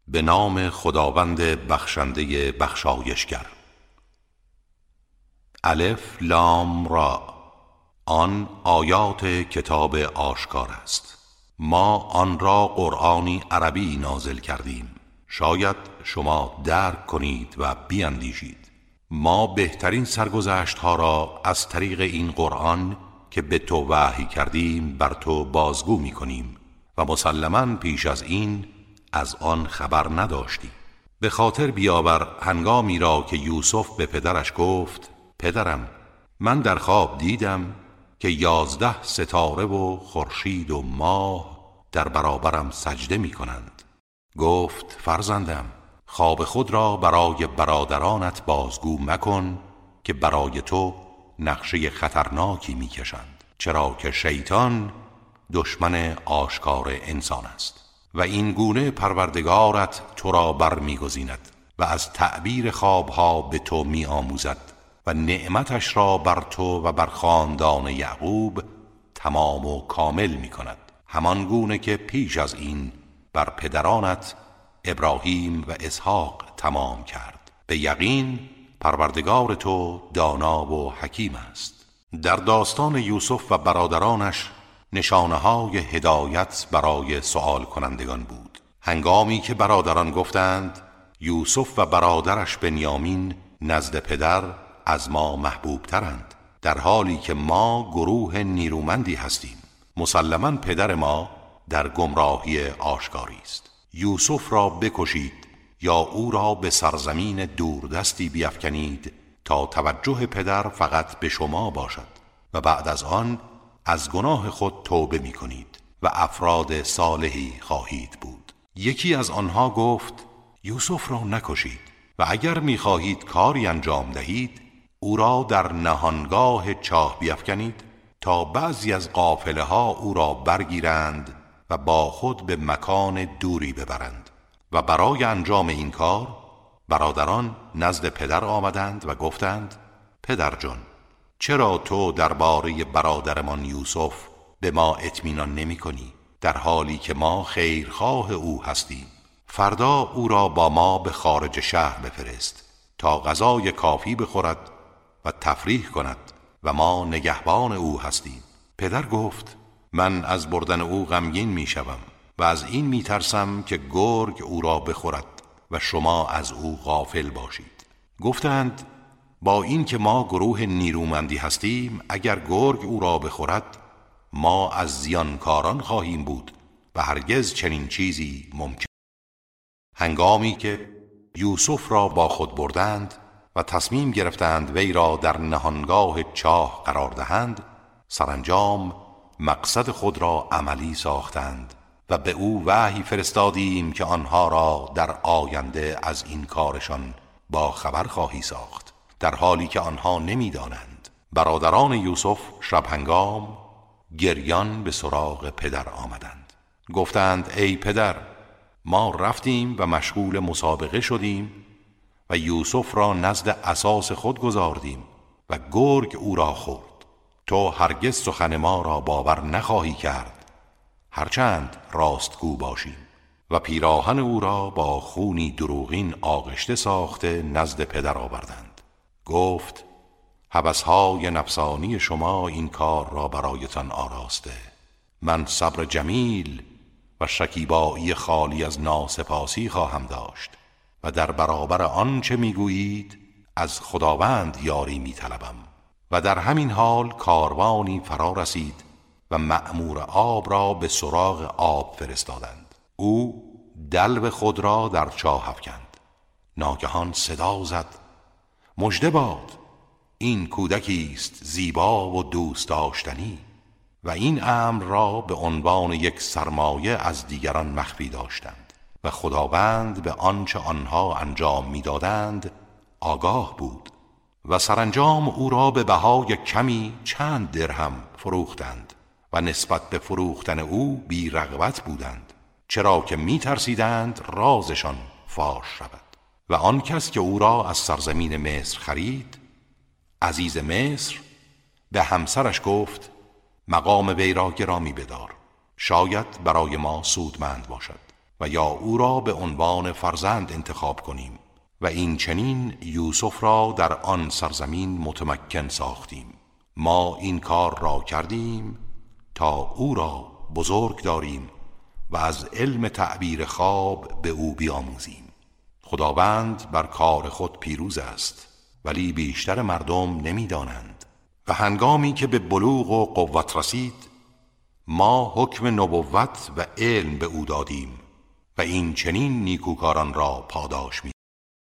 به نام خداوند بخشنده بخشایشگر. الف لام را. آن آیات کتاب آشکار است. ما آن را قرآنی عربی نازل کردیم، شاید شما درک کنید و بیندیشید. ما بهترین سرگذشت ها را از طریق این قرآن که به تو وحی کردیم بر تو بازگو می کنیم و مسلماً پیش از این از آن خبر نداشتی. به خاطر بیاور هنگامی را که یوسف به پدرش گفت: پدرم، من در خواب دیدم که 11 ستاره و خورشید و ماه در برابرم سجده می کنند. گفت: فرزندم، خواب خود را برای برادرانت بازگو مکن که برای تو نقشه خطرناکی می کشند، چرا که شیطان دشمن آشکار انسان است و این گونه پروردگارت تو را برمیگزیند و از تعبیر خوابها به تو می آموزد و نعمتش را بر تو و بر خاندان یعقوب تمام و کامل می کند، همان گونه که پیش از این بر پدرانت ابراهیم و اسحاق تمام کرد. به یقین پروردگار تو دانا و حکیم است. در داستان یوسف و برادرانش نشانه‌های هدایت برای سؤال کنندگان بود. هنگامی که برادران گفتند یوسف و برادرش بنیامین نزد پدر از ما محبوب ترند، در حالی که ما گروه نیرومندی هستیم، مسلماً پدر ما در گمراهی آشکاری است. یوسف را بکشید یا او را به سرزمین دوردستی بیفکنید تا توجه پدر فقط به شما باشد و بعد از آن از گناه خود توبه می کنید و افراد صالحی خواهید بود. یکی از آنها گفت: یوسف را نکشید و اگر می خواهید کاری انجام دهید او را در نهانگاه چاه بیفکنید تا بعضی از قافله ها او را برگیرند و با خود به مکان دوری ببرند. و برای انجام این کار برادران نزد پدر آمدند و گفتند: پدر جان، چرا تو درباره برادرمان یوسف به ما اطمینان نمی کنی در حالی که ما خیرخواه او هستیم؟ فردا او را با ما به خارج شهر بفرست تا غذای کافی بخورد و تفریح کند و ما نگهبان او هستیم. پدر گفت: من از بردن او غمگین می شوم و از این می ترسم که گرگ او را بخورد و شما از او غافل باشید. گفتند: با این که ما گروه نیرومندی هستیم، اگر گرگ او را بخورد ما از زیانکاران خواهیم بود و هرگز چنین چیزی ممکن. هنگامی که یوسف را با خود بردند و تصمیم گرفتند وی را در نهانگاه چاه قرار دهند، سرانجام مقصد خود را عملی ساختند و به او وحی فرستادیم که آنها را در آینده از این کارشان با خبر خواهی ساخت، در حالی که آنها نمی‌دانند. برادران یوسف شب هنگام گریان به سراغ پدر آمدند. گفتند: ای پدر، ما رفتیم و مشغول مسابقه شدیم و یوسف را نزد اساس خود گذاردیم و گرگ او را خورد. تو هرگز سخن ما را باور نخواهی کرد هرچند راستگو باشیم. و پیراهن او را با خونی دروغین آغشته ساخته نزد پدر آوردند. گفت: هوس‌های نفسانی شما این کار را برایتان آراسته. من صبر جمیل و شکیبایی خالی از ناسپاسی خواهم داشت و در برابر آنچه میگویید از خداوند یاری میطلبم. و در همین حال کاروانی فرا رسید و مأمور آب را به سراغ آب فرستادند. او دلو خود را در چاه افکند. ناگهان صدا زد: مژده باد، این کودکی است زیبا و دوست داشتنی. و این امر را به عنوان یک سرمایه از دیگران مخفی داشتند و خداوند به آنچه آنها انجام میدادند آگاه بود. و سرانجام او را به بهای کمی چند درهم فروختند و نسبت به فروختن او بی رغبت بودند، چرا که می ترسیدند رازشان فاش شود. و آن کس که او را از سرزمین مصر خرید، عزیز مصر، به همسرش گفت: مقام وی را گرامی بدار، شاید برای ما سودمند باشد. و یا او را به عنوان فرزند انتخاب کنیم و این چنین یوسف را در آن سرزمین متمکن ساختیم. ما این کار را کردیم تا او را بزرگ داریم و از علم تعبیر خواب به او بیاموزیم. خداوند بر کار خود پیروز است، ولی بیشتر مردم نمی‌دانند. و هنگامی که به بلوغ و قوت رسید، ما حکم نبوت و علم به او دادیم و این چنین نیکوکاران را پاداش می.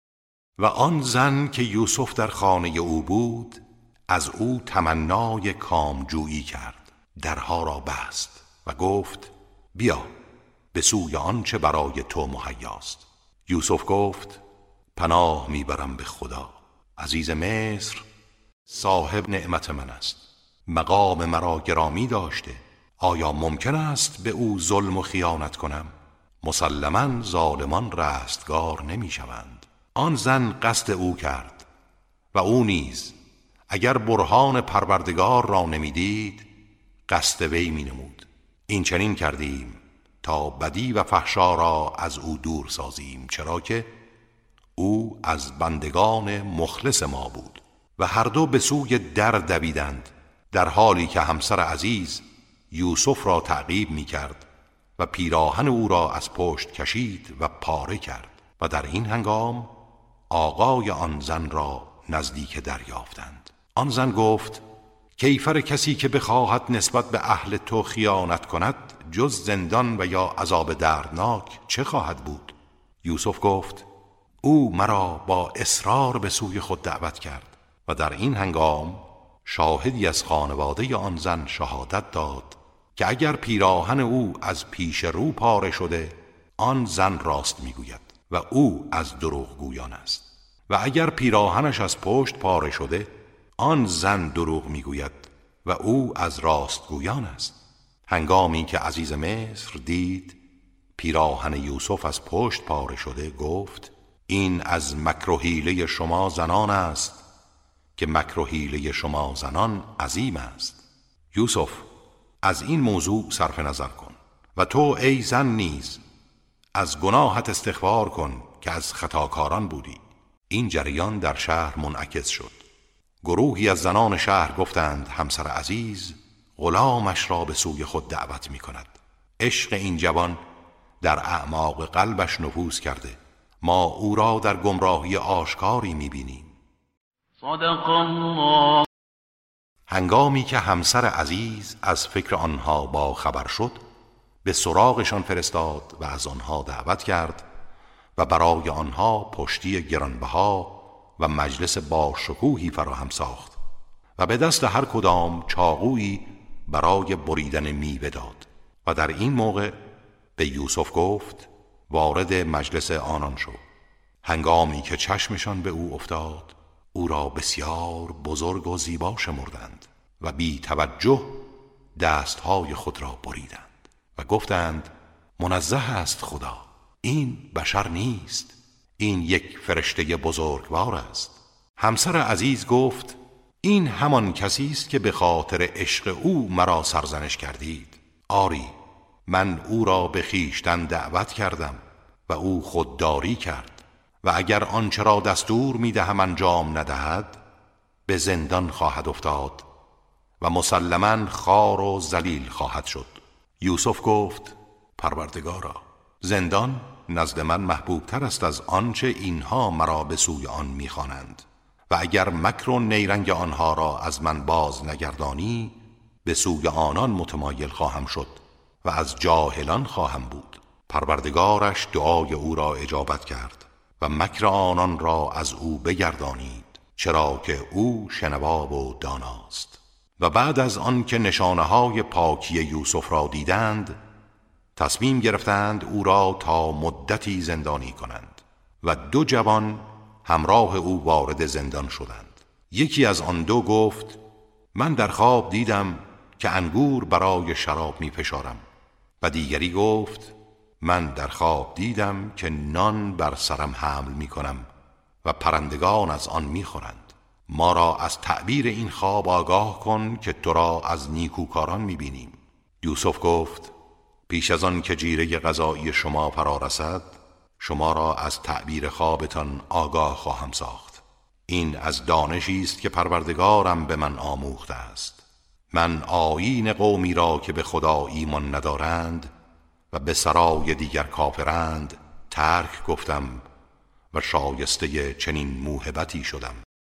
و آن زن که یوسف در خانه او بود از او تمنای کامجویی کرد، درها را بست و گفت بیا به سوی آنچه برای تو مهیاست. یوسف گفت پناه میبرم به خدا. عزیز مصر صاحب نعمت من است، مقام مرا گرامی داشته. آیا ممکن است به او ظلم و خیانت کنم؟ مسلماً ظالمان رستگار نمی شوند. آن زن قصد او کرد و او نیز اگر برهان پروردگار را نمیدید قصد وی می نمود. این چنین کردیم تا بدی و فحشا را از او دور سازیم، چرا که او از بندگان مخلص ما بود. و هر دو به سوی در دویدند، در حالی که همسر عزیز یوسف را تعقیب می کرد و پیراهن او را از پشت کشید و پاره کرد. و در این هنگام آقای آن زن را نزدیک دریافتند. آن زن گفت کیفر کسی که بخواهد نسبت به اهل تو خیانت کند جز زندان و یا عذاب دردناک چه خواهد بود؟ یوسف گفت او مرا با اصرار به سوی خود دعوت کرد. و در این هنگام شاهدی از خانواده آن زن شهادت داد که اگر پیراهن او از پیش رو پاره شده آن زن راست میگوید و او از دروغ گویان است، و اگر پیراهنش از پشت پاره شده آن زن دروغ میگوید و او از راست گویان است. هنگامی که عزیز مصر دید پیراهن یوسف از پشت پاره شده گفت این از مکر و حیله شما زنان است که مکر و حیله شما زنان عظیم است. یوسف از این موضوع صرف نظر کن و تو ای زن نیز از گناهت استغفار کن که از خطاکاران بودی. این جریان در شهر منعکس شد. گروهی از زنان شهر گفتند همسر عزیز غلامش را به سوی خود دعوت می کند. عشق این جوان در اعماق قلبش نفوذ کرده. ما او را در گمراهی آشکاری می بینیم. صدق الله. هنگامی که همسر عزیز از فکر آنها با خبر شد به سراغشان فرستاد و از آنها دعوت کرد و برای آنها پشتی گرانبها و مجلس با شکوهی فراهم ساخت و به دست هر کدام چاقویی برای بریدن میوه داد. و در این موقع به یوسف گفت وارد مجلس آنان شو. هنگامی که چشمشان به او افتاد او را بسیار بزرگ و زیبا شمردند و بی توجه دستهای خود را بریدند و گفتند منزه است خدا، این بشر نیست، این یک فرشته بزرگوار است. همسر عزیز گفت این همان کسی است که به خاطر عشق او مرا سرزنش کردید. آری من او را به خویشتن دعوت کردم و او خودداری کرد و اگر آنچه را دستور می‌دهم انجام ندهد به زندان خواهد افتاد و مسلماً خوار و ذلیل خواهد شد. یوسف گفت پروردگارا زندان نزد من محبوب تر است از آنچه اینها مرا به سوی آن می‌خوانند و اگر مکر و نیرنگ آنها را از من باز نگردانی به سوی آنان متمایل خواهم شد و از جاهلان خواهم بود. پروردگارش دعای او را اجابت کرد و مکر آنان را از او بگردانید، چرا که او شنوا و داناست. و بعد از آن که نشانه‌های پاکی یوسف را دیدند تصمیم گرفتند او را تا مدتی زندانی کنند و 2 جوان همراه او وارد زندان شدند. یکی از آن 2 گفت من در خواب دیدم که انگور برای شراب می فشارم و دیگری گفت من در خواب دیدم که نان بر سرم حمل می کنم و پرندگان از آن می خورند. ما را از تعبیر این خواب آگاه کن که تو را از نیکوکاران می بینیم. یوسف گفت پیش از آن که جیره قضایی شما فرا رسد شما را از تعبیر خوابتان آگاه خواهم ساخت. این از دانشی است که پروردگارم به من آموخته است. من آیین قومی را که به خدا ایمان ندارند و به سرای دیگر کافرند ترک گفتم و شایسته چنین موهبتی شدم.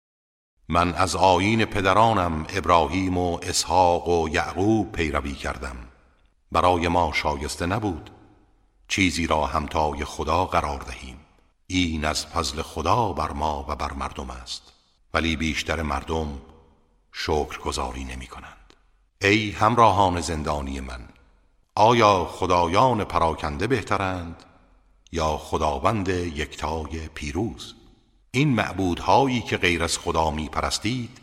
من از آیین پدرانم ابراهیم و اسحاق و یعقوب پیروی کردم. برای ما شایسته نبود چیزی را همتای خدا قرار دهیم. این از فضل خدا بر ما و بر مردم است، ولی بیشتر مردم شکرگزاری نمی کنند. ای همراهان زندانی من، آیا خدایان پراکنده بهترند یا خداوند یکتای پیروز؟ این معبودهایی که غیر از خدا می پرستید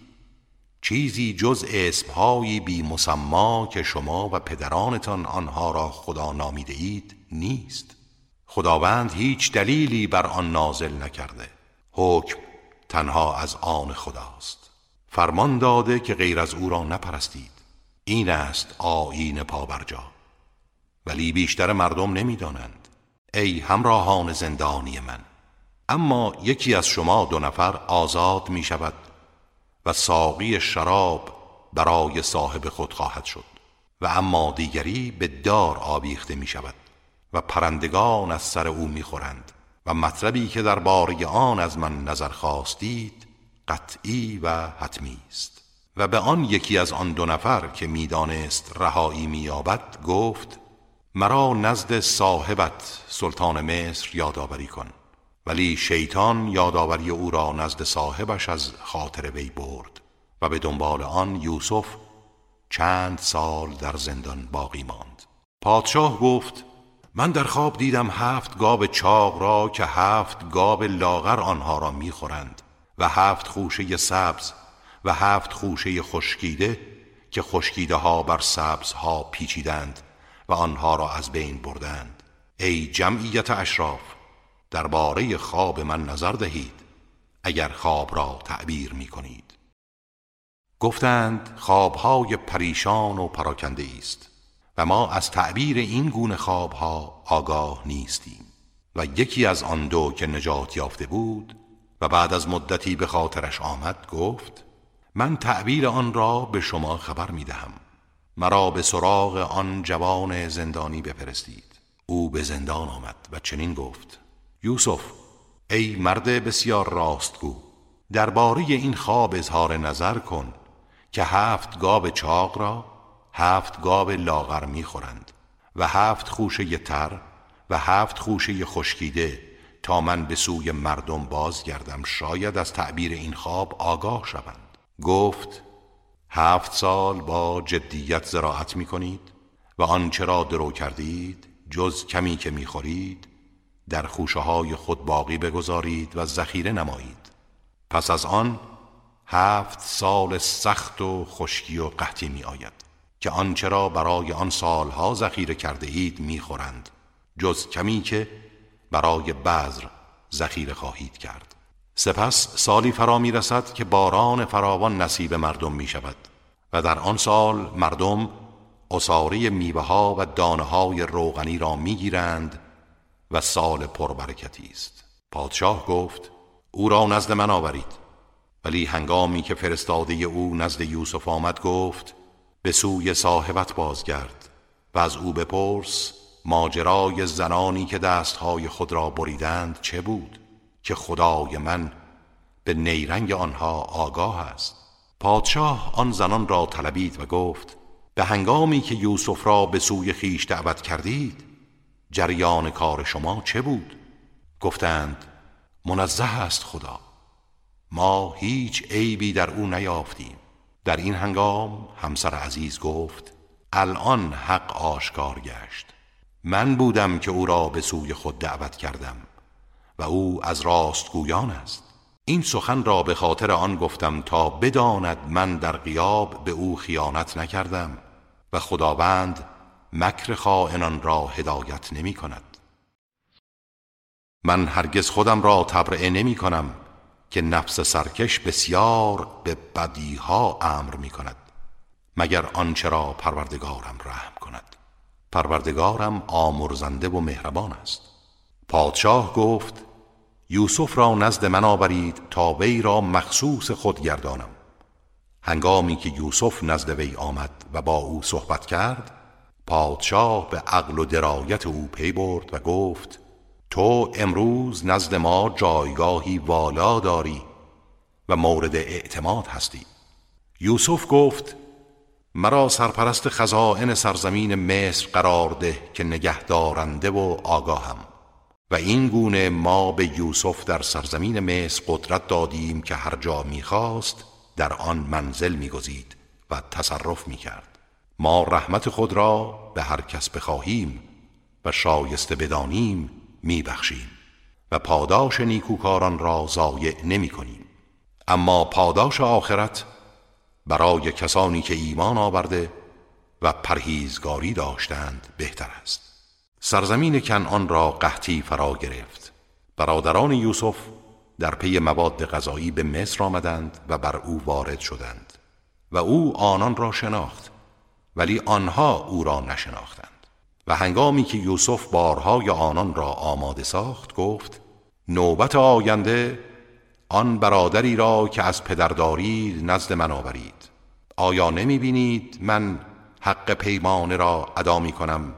چیزی جز اسمهایی بی مسما که شما و پدرانتان آنها را خدا نامیده اید نیست. خداوند هیچ دلیلی بر آن نازل نکرده. حکم تنها از آن خداست. فرمان داده که غیر از او را نپرستید. این است آیین پابرجا، ولی بیشتر مردم نمیدانند. ای همراهان زندانی من، اما یکی از شما 2 نفر آزاد می شود و ساقی شراب برای صاحب خود خواهد شد و اما دیگری به دار آویخته می شود و پرندگان از سر او می خورند و مطلبی که در باره آن از من نظر خواستید قطعی و حتمی است. و به آن یکی از آن 2 نفر که می دانست رهایی می یابد گفت مرا نزد صاحبت سلطان مصر یادآوری کن. ولی شیطان یادآوری او را نزد صاحبش از خاطر وی برد و به دنبال آن یوسف چند سال در زندان باقی ماند. پادشاه گفت من در خواب دیدم 7 گاو چاق را که 7 گاو لاغر آنها را میخورند و 7 خوشه سبز و 7 خوشه خشکیده که خشکیده ها بر سبز ها پیچیدند و آنها را از بین بردند. ای جمعیت اشراف، درباره خواب من نظر دهید اگر خواب را تعبیر می کنید. گفتند خوابهای پریشان و پراکنده است و ما از تعبیر این گونه خوابها آگاه نیستیم. و یکی از آن 2 که نجات یافته بود و بعد از مدتی به خاطرش آمد گفت من تعبیر آن را به شما خبر می دهم. مرا به سراغ آن جوان زندانی بفرستید. او به زندان آمد و چنین گفت یوسف، ای مرد بسیار راستگو، درباره این خواب اظهار نظر کن که 7 گاو چاق را 7 گاو لاغر می‌خورند و 7 خوشه تر و 7 خوشه خشکیده تا من به سوی مردم بازگردم شاید از تعبیر این خواب آگاه شوند. گفت 7 سال با جدیت زراعت می‌کنید و آنچه را درو کردید جز کمی که می‌خورید در خوشه‌های خود باقی بگذارید و ذخیره نمایید. پس از آن 7 سال سخت و خشکی و قحطی می آید که آنچه را برای آن سالها ذخیره کرده اید می خورند جز کمی که برای بذر ذخیره خواهید کرد. سپس سالی فرا می رسد که باران فراوان نصیب مردم می شود و در آن سال مردم عصاره میوه ها و دانه های روغنی را می گیرند و سال پربرکتی است. پادشاه گفت او را نزد من آورید. ولی هنگامی که فرستاده او نزد یوسف آمد گفت به سوی صاحبت بازگرد و از او بپرس ماجرای زنانی که دستهای خود را بریدند چه بود که خدای من به نیرنگ آنها آگاه است. پادشاه آن زنان را طلبید و گفت به هنگامی که یوسف را به سوی خیش دعوت کردید جریان کار شما چه بود؟ گفتند منزه است خدا، ما هیچ عیبی در او نیافتیم. در این هنگام همسر عزیز گفت الان حق آشکار گشت. من بودم که او را به سوی خود دعوت کردم و او از راستگویان است. این سخن را به خاطر آن گفتم تا بداند من در غیاب به او خیانت نکردم و خداوند مکر خائنان را هدایت نمی کند. من هرگز خودم را تبرئه نمی کنم که نفس سرکش بسیار به بدیها امر می کند مگر آنچه را پروردگارم رحم کند. پروردگارم آمرزنده و مهربان است. پادشاه گفت یوسف را نزد من آورید تا وی را مخصوص خود گردانم. هنگامی که یوسف نزد وی آمد و با او صحبت کرد، پادشاه به عقل و درایت او پی برد و گفت تو امروز نزد ما جایگاهی والا داری و مورد اعتماد هستی. یوسف گفت مرا سرپرست خزائن سرزمین مصر قرار ده که نگهدارنده و آگاهم. و این گونه ما به یوسف در سرزمین مصر قدرت دادیم که هر جا می‌خواست در آن منزل می‌گزید و تصرف می‌کرد. ما رحمت خود را به هر کس بخواهیم و شایسته بدانیم می‌بخشیم و پاداش نیکوکاران را ضایع نمی‌کنیم. اما پاداش آخرت برای کسانی که ایمان آورده و پرهیزگاری داشتند بهتر است. سرزمین کنعان را قحطی فرا گرفت. برادران یوسف در پی مواد غذایی به مصر آمدند و بر او وارد شدند و او آنان را شناخت، ولی آنها او را نشناختند. و هنگامی که یوسف بارهای آنان را آماده ساخت گفت نوبت آینده آن برادری را که از پدر دارید نزد من آورید. آیا نمی بینید من حق پیمانه را ادا می کنم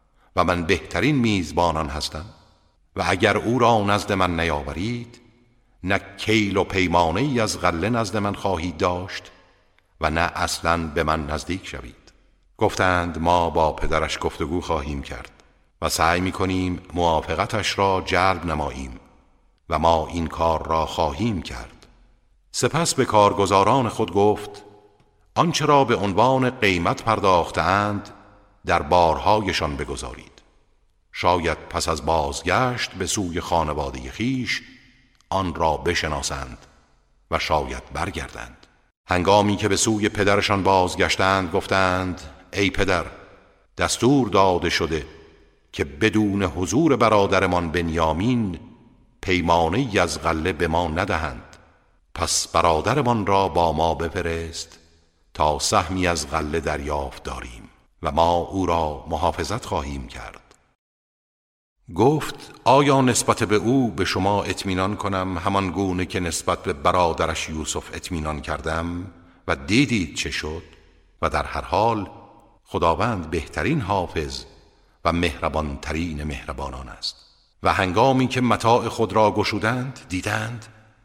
و من بهترین میزبانان هستم؟ و اگر او را نزد من نیاورید نه کیل و پیمانه ای از غله نزد من خواهید داشت و نه اصلاً به من نزدیک شوید. گفتند ما با پدرش گفتگو خواهیم کرد و سعی می کنیم موافقتش را جلب نماییم و ما این کار را خواهیم کرد. سپس به کارگزاران خود گفت آنچه را به عنوان قیمت پرداختند در بارهایشان بگذارید. شاید پس از بازگشت به سوی خانواده خیش آن را بشناسند و شاید برگردند. هنگامی که به سوی پدرشان بازگشتند گفتند ای پدر، دستور داده شده که بدون حضور برادرمان بنیامین پیمانه‌ای از غله به ما ندهند. پس برادرمان را با ما بفرست تا سهمی از غله دریافت داریم و ما او را محافظت خواهیم کرد. گفت آیا نسبت به او به شما اطمینان کنم همان گونه که نسبت به برادرش یوسف اطمینان کردم و دیدید چه شد؟ و در هر حال خداوند بهترین حافظ و مهربان ترین مهربانان است. و هنگامی که متاع خود را گشودند دیدند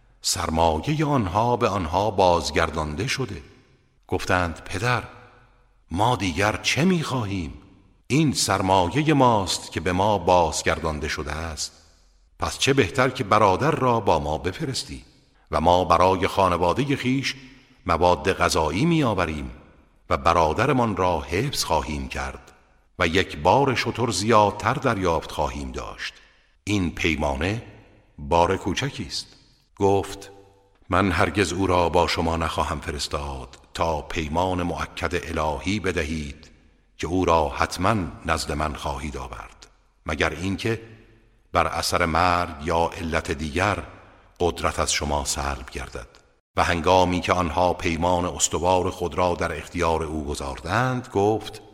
سرمایه آنها به آنها بازگردانده شده. گفتند پدر، ما دیگر چه می‌خواهیم؟ این سرمایه ماست که به ما بازگردانده شده است. پس چه بهتر که برادر را با ما بفرستی و ما برای خانواده خیش مواد غذایی می‌آوریم و برادرمان را حفظ خواهیم کرد و یک بار شتر زیادتر دریافت خواهیم داشت. این پیمانه بار کوچکی است. گفت من هرگز او را با شما نخواهم فرستاد تا پیمان مؤکد الهی بدهید که او را حتما نزد من خواهید آورد، مگر اینکه بر اثر مرگ یا علت دیگر قدرت از شما سلب گردد. و هنگامی که آنها پیمان استوار خود را در اختیار او گذاردند گفت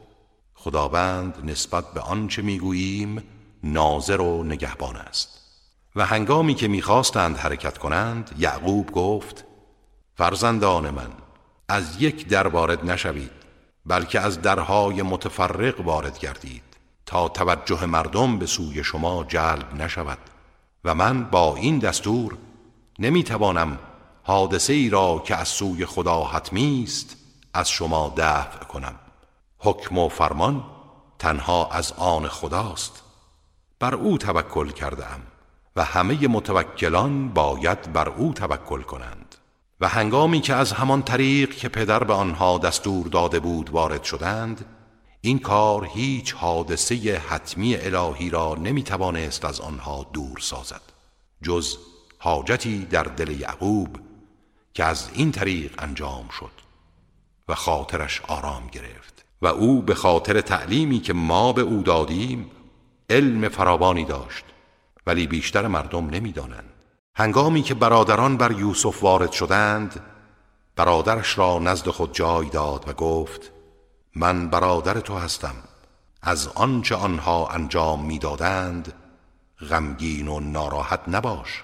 خداوند نسبت به آنچه میگوییم ناظر و نگهبان است. و هنگامی که میخواستند حرکت کنند یعقوب گفت فرزندان من، از یک در وارد نشوید بلکه از درهای متفرق وارد گردید تا توجه مردم به سوی شما جلب نشود و من با این دستور نمیتوانم حادثه ای را که از سوی خدا حتمی است از شما دفع کنم. حکم و فرمان تنها از آن خداست. بر او توکل کردم و همه متوکلان باید بر او توکل کنند. و هنگامی که از همان طریق که پدر به آنها دستور داده بود وارد شدند، این کار هیچ حادثه حتمی الهی را نمیتوانست از آنها دور سازد جز حاجتی در دل یعقوب که از این طریق انجام شد و خاطرش آرام گرفت و او به خاطر تعلیمی که ما به او دادیم علم فراوانی داشت، ولی بیشتر مردم نمیدانند. هنگامی که برادران بر یوسف وارد شدند برادرش را نزد خود جای داد و گفت من برادر تو هستم از آنچه آنها انجام میدادند غمگین و ناراحت نباش.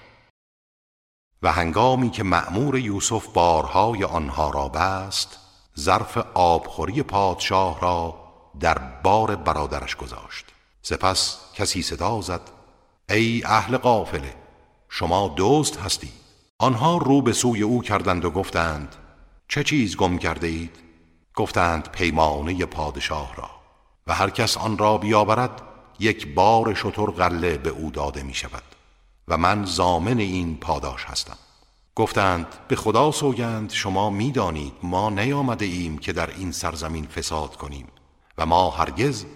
و هنگامی که مأمور یوسف بارهای آنها را بست، ظرف آبخوری پادشاه را در بار برادرش گذاشت. سپس کسی صدا زد: ای اهل قافله، شما دزد هستید. آنها رو به سوی او کردند و گفتند: چه چیز گم کرده اید؟ گفتند: پیمانه پادشاه را، و هر کس آن را بیاورد یک بار شتر غله به او داده می شود و من ضامن این پاداش هستم. گفتند: به خدا سوگند شما می دانید ما نیامده ایم که در این سرزمین فساد کنیم و ما هرگز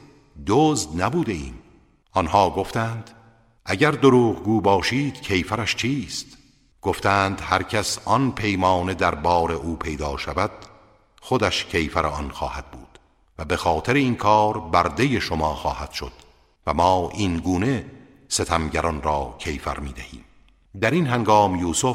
دزد نبوده ایم. آنها گفتند: اگر دروغگو باشید کیفرش چیست؟ گفتند: هر کس آن پیمانه در بار او پیدا شود خودش کیفر آن خواهد بود و به خاطر این کار برده شما خواهد شد و ما این گونه ستمگران را کیفر می دهیم. در این هنگام یوسف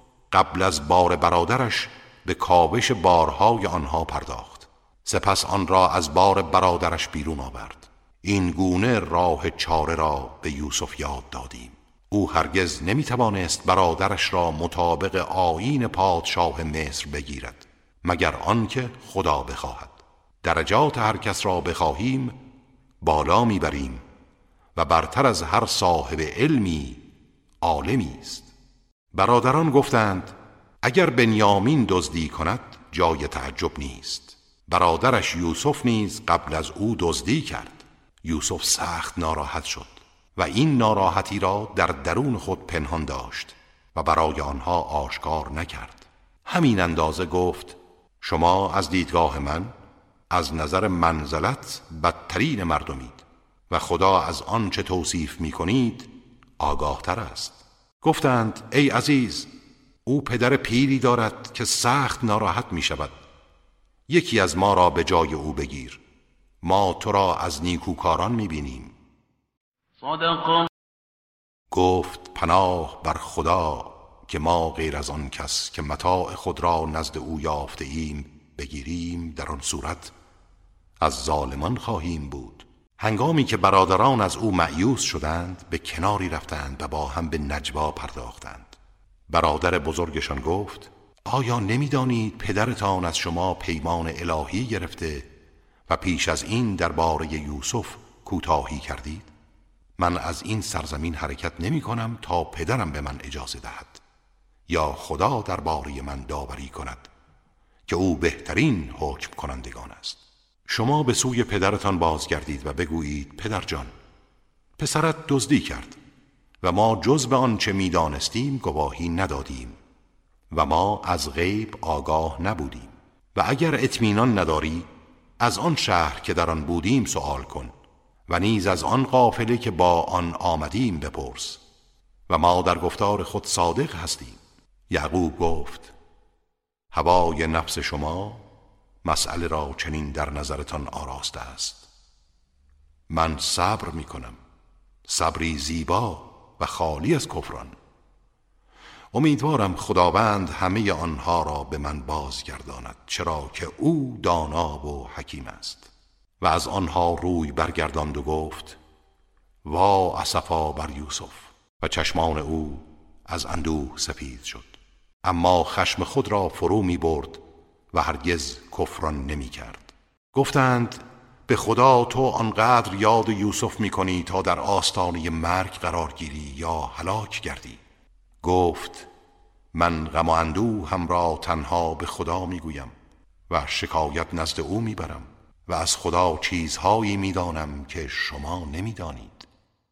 قبل از بار برادرش به کاوش بارهای آنها پرداخت. سپس آن را از بار برادرش بیرون آورد. این گونه راه چاره را به یوسف یاد دادیم. او هرگز نمیتوانست برادرش را مطابق آیین پادشاه مصر بگیرد مگر آنکه خدا بخواهد. درجات هر کس را بخواهیم بالا میبریم و برتر از هر صاحب علمی عالمی است. برادران گفتند: اگر بنیامین دزدی کند جای تعجب نیست. برادرش یوسف نیز قبل از او دزدی کرد. یوسف سخت ناراحت شد و این ناراحتی را در درون خود پنهان داشت و برای آنها آشکار نکرد. همین اندازه گفت: شما از دیدگاه من از نظر منزلت بدترین مردمید و خدا از آنچه توصیف می کنید آگاه تر است. گفتند: ای عزیز، او پدر پیری دارد که سخت ناراحت می شود. یکی از ما را به جای او بگیر، ما تو را از نیکوکاران می بینیم. صدق. گفت: پناه بر خدا که ما غیر از آن کس که متاع خود را نزد او یافته ایم بگیریم در آن صورت از ظالمان خواهیم بود. هنگامی که برادران از او مأیوس شدند به کناری رفتند و با هم به نجوا پرداختند. برادر بزرگشان گفت: آیا نمی‌دانید پدرتان از شما پیمان الهی گرفته و پیش از این درباره یوسف کوتاهی کردید؟ من از این سرزمین حرکت نمی کنم تا پدرم به من اجازه دهد یا خدا درباره من داوری کند که او بهترین حکم کنندگان است. شما به سوی پدرتان بازگردید و بگویید: پدر جان، پسرت دزدی کرد و ما جز به آنچه می دانستیم گواهی ندادیم و ما از غیب آگاه نبودیم و اگر اطمینان نداری از آن شهر که در آن بودیم سؤال کن و نیز از آن قافله که با آن آمدیم بپرس و ما در گفتار خود صادق هستیم. یعقوب گفت: هوای نفس شما مسئله را چنین در نظرتان آراسته است. من صبر می کنم، صبری زیبا و خالی از کفران. امیدوارم خداوند همه آنها را به من بازگرداند، چرا که او دانا و حکیم است. و از آنها روی برگرداند و گفت: وا اسفا بر یوسف. و چشمان او از اندوه سفید شد، اما خشم خود را فرو می برد و هرگز کفران نمی کرد. گفتند: به خدا تو آنقدر یاد یوسف می کنی تا در آستانه مرگ قرار گیری یا هلاک گردی. گفت: من غم و اندوهم را تنها به خدا می گویم و شکایت نزد او می برم و از خدا چیزهایی می دانم که شما نمی دانید.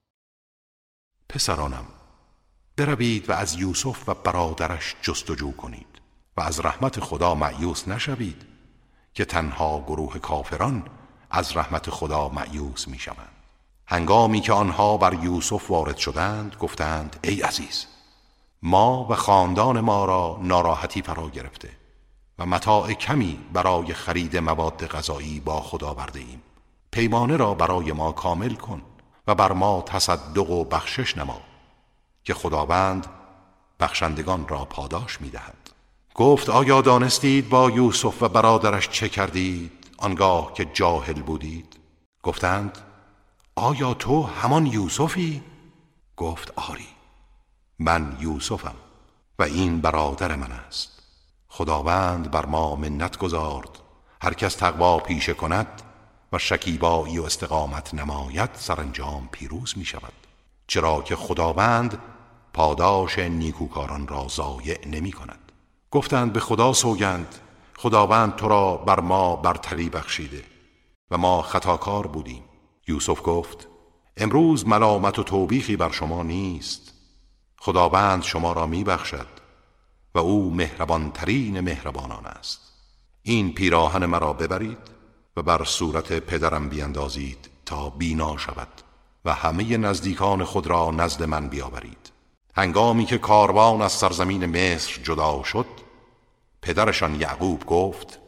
پسرانم، بروید و از یوسف و برادرش جستجو کنید و از رحمت خدا مأیوس نشوید که تنها گروه کافران از رحمت خدا مأیوس می شوند. هنگامی که آنها بر یوسف وارد شدند گفتند: ای عزیز، ما و خاندان ما را ناراحتی فرا گرفته و متاع کمی برای خرید مواد غذایی با خدا برده ایم. پیمانه را برای ما کامل کن و بر ما تصدق و بخشش نما که خداوند بخشندگان را پاداش می دهد. گفت: آیا دانستید با یوسف و برادرش چه کردید آنگاه که جاهل بودید؟ گفتند آیا تو همان یوسفی؟ گفت آری، من یوسفم و این برادر من است. خداوند بر ما منت گذارد، هر کس تقوا پیشه کند و شکیبایی و استقامت نماید سرانجام پیروز می شود، چرا که خداوند پاداش نیکوکاران را ضایع نمی کند. گفتند به خدا سوگند، خداوند تو را بر ما برتری بخشیده و ما خطاکار بودیم. یوسف گفت امروز ملامت و توبیخی بر شما نیست، خداوند شما را می بخشد و او مهربان ترین مهربانان است. این پیراهن مرا ببرید و بر صورت پدرم بیندازید تا بینا شود و همه نزدیکان خود را نزد من بیاورید. هنگامی که کاروان از سرزمین مصر جدا شد، پدرشان یعقوب گفت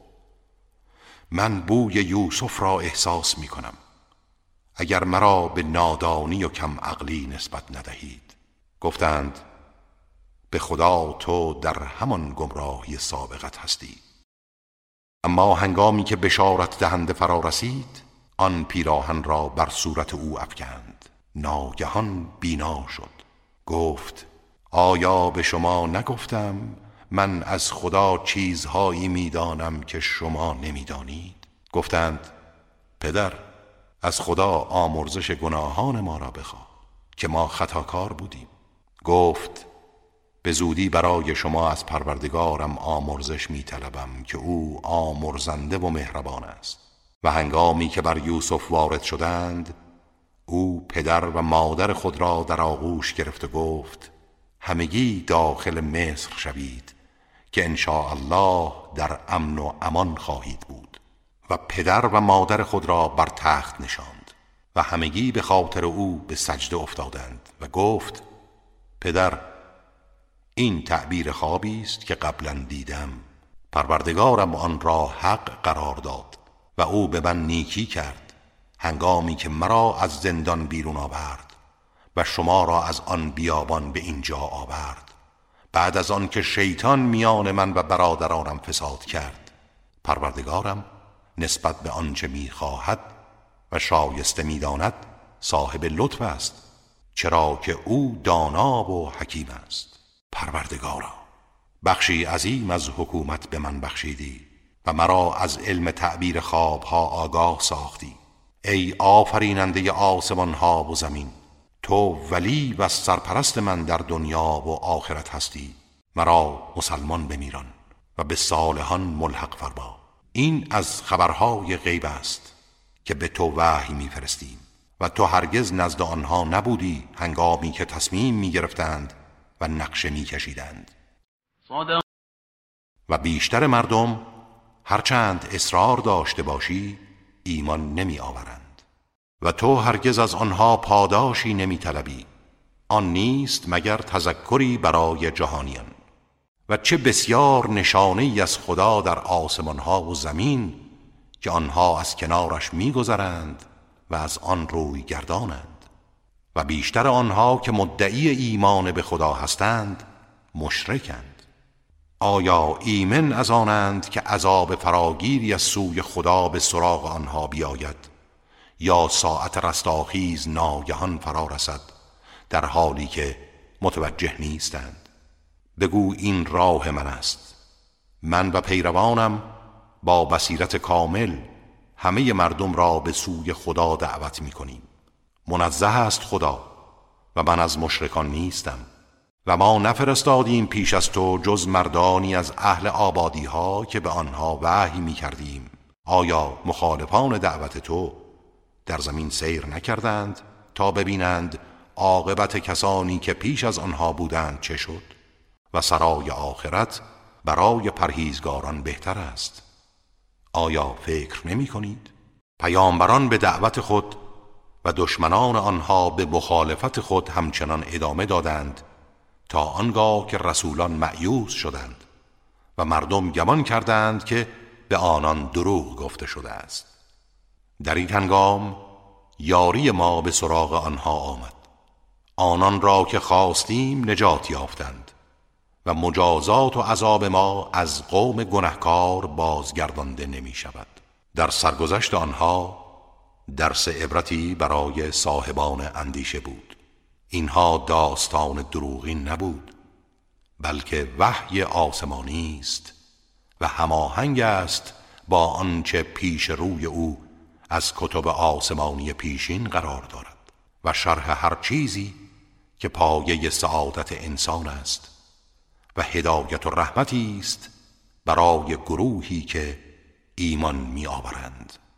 من بوی یوسف را احساس می کنم، اگر مرا به نادانی و کم عقلی نسبت ندهید. گفتند به خدا تو در همان گمراهی سابقت هستی. اما هنگامی که بشارت دهنده فرا رسید، آن پیراهن را بر صورت او افکند، ناگهان بینا شد. گفت آیا به شما نگفتم من از خدا چیزهایی میدانم که شما نمیدانید؟ گفتند پدر، از خدا آمرزش گناهان ما را بخواه که ما خطاکار بودیم. گفت به زودی برای شما از پروردگارم آمرزش می‌طلبم که او آمرزنده و مهربان است. و هنگامی که بر یوسف وارد شدند، او پدر و مادر خود را در آغوش گرفت و گفت همگی داخل مصر شوید که انشاء الله در امن و امان خواهید بود. و پدر و مادر خود را بر تخت نشاند و همگی به خاطر او به سجده افتادند و گفت پدر، این تعبیر خوابی است که قبلا دیدم. پروردگارم آن را حق قرار داد و او به من نیکی کرد هنگامی که مرا از زندان بیرون آورد و شما را از آن بیابان به اینجا آورد، بعد از آن که شیطان میان من و برادرانم فساد کرد. پروردگارم نسبت به آنچه میخواهد و شایسته میداند صاحب لطف است، چرا که او دانا و حکیم است. پروردگارا، بخشی عظیم از حکومت به من بخشیدی و مرا از علم تعبیر خوابها آگاه ساختی. ای آفریننده آسمان ها و زمین، تو ولی و سرپرست من در دنیا و آخرت هستی. مرا مسلمان بمیران و به صالحان ملحق فرما. این از خبرهای غیب است که به تو وحی میفرستیم و تو هرگز نزد آنها نبودی هنگامی که تصمیم میگرفتند و نقشه میکشیدند. و بیشتر مردم هرچند اصرار داشته باشی ایمان نمی آورند و تو هرگز از آنها پاداشی نمی طلبی. آن نیست مگر تذکری برای جهانیان. و چه بسیار نشانه‌ای از خدا در آسمانها و زمین که آنها از کنارش می‌گذرند و از آن روی گردانند. و بیشتر آنها که مدعی ایمان به خدا هستند مشرکند. آیا ایمن از آنند که عذاب فراگیری از سوی خدا به سراغ آنها بیاید یا ساعت رستاخیز ناگهان فرا رسد در حالی که متوجه نیستند؟ بگو این راه من است، من و پیروانم با بصیرت کامل همه مردم را به سوی خدا دعوت می کنیم. منزه است خدا و من از مشرکان نیستم. و ما نفرستادیم پیش از تو جز مردانی از اهل آبادی ها که به آنها وحی می کردیم. آیا مخالفان دعوت تو در زمین سیر نکردند تا ببینند عاقبت کسانی که پیش از آنها بودند چه شد؟ و سرای آخرت برای پرهیزگاران بهتر است. آیا فکر نمی کنید؟ پیامبران به دعوت خود و دشمنان آنها به مخالفت خود همچنان ادامه دادند تا آنگاه که رسولان مأیوس شدند و مردم گمان کردند که به آنان دروغ گفته شده است. در این هنگام یاری ما به سراغ آنها آمد. آنان را که خواستیم نجات یافتند و مجازات و عذاب ما از قوم گنهکار بازگردانده نمی شود. در سرگذشت آنها درس عبرتی برای صاحبان اندیشه بود. اینها داستان دروغین نبود، بلکه وحی آسمانی است و هماهنگ است با آنچه پیش روی او از کتب آسمانی پیشین قرار دارد و شرح هر چیزی که پایه سعادت انسان است و هدایت و رحمتی است برای گروهی که ایمان می آورند.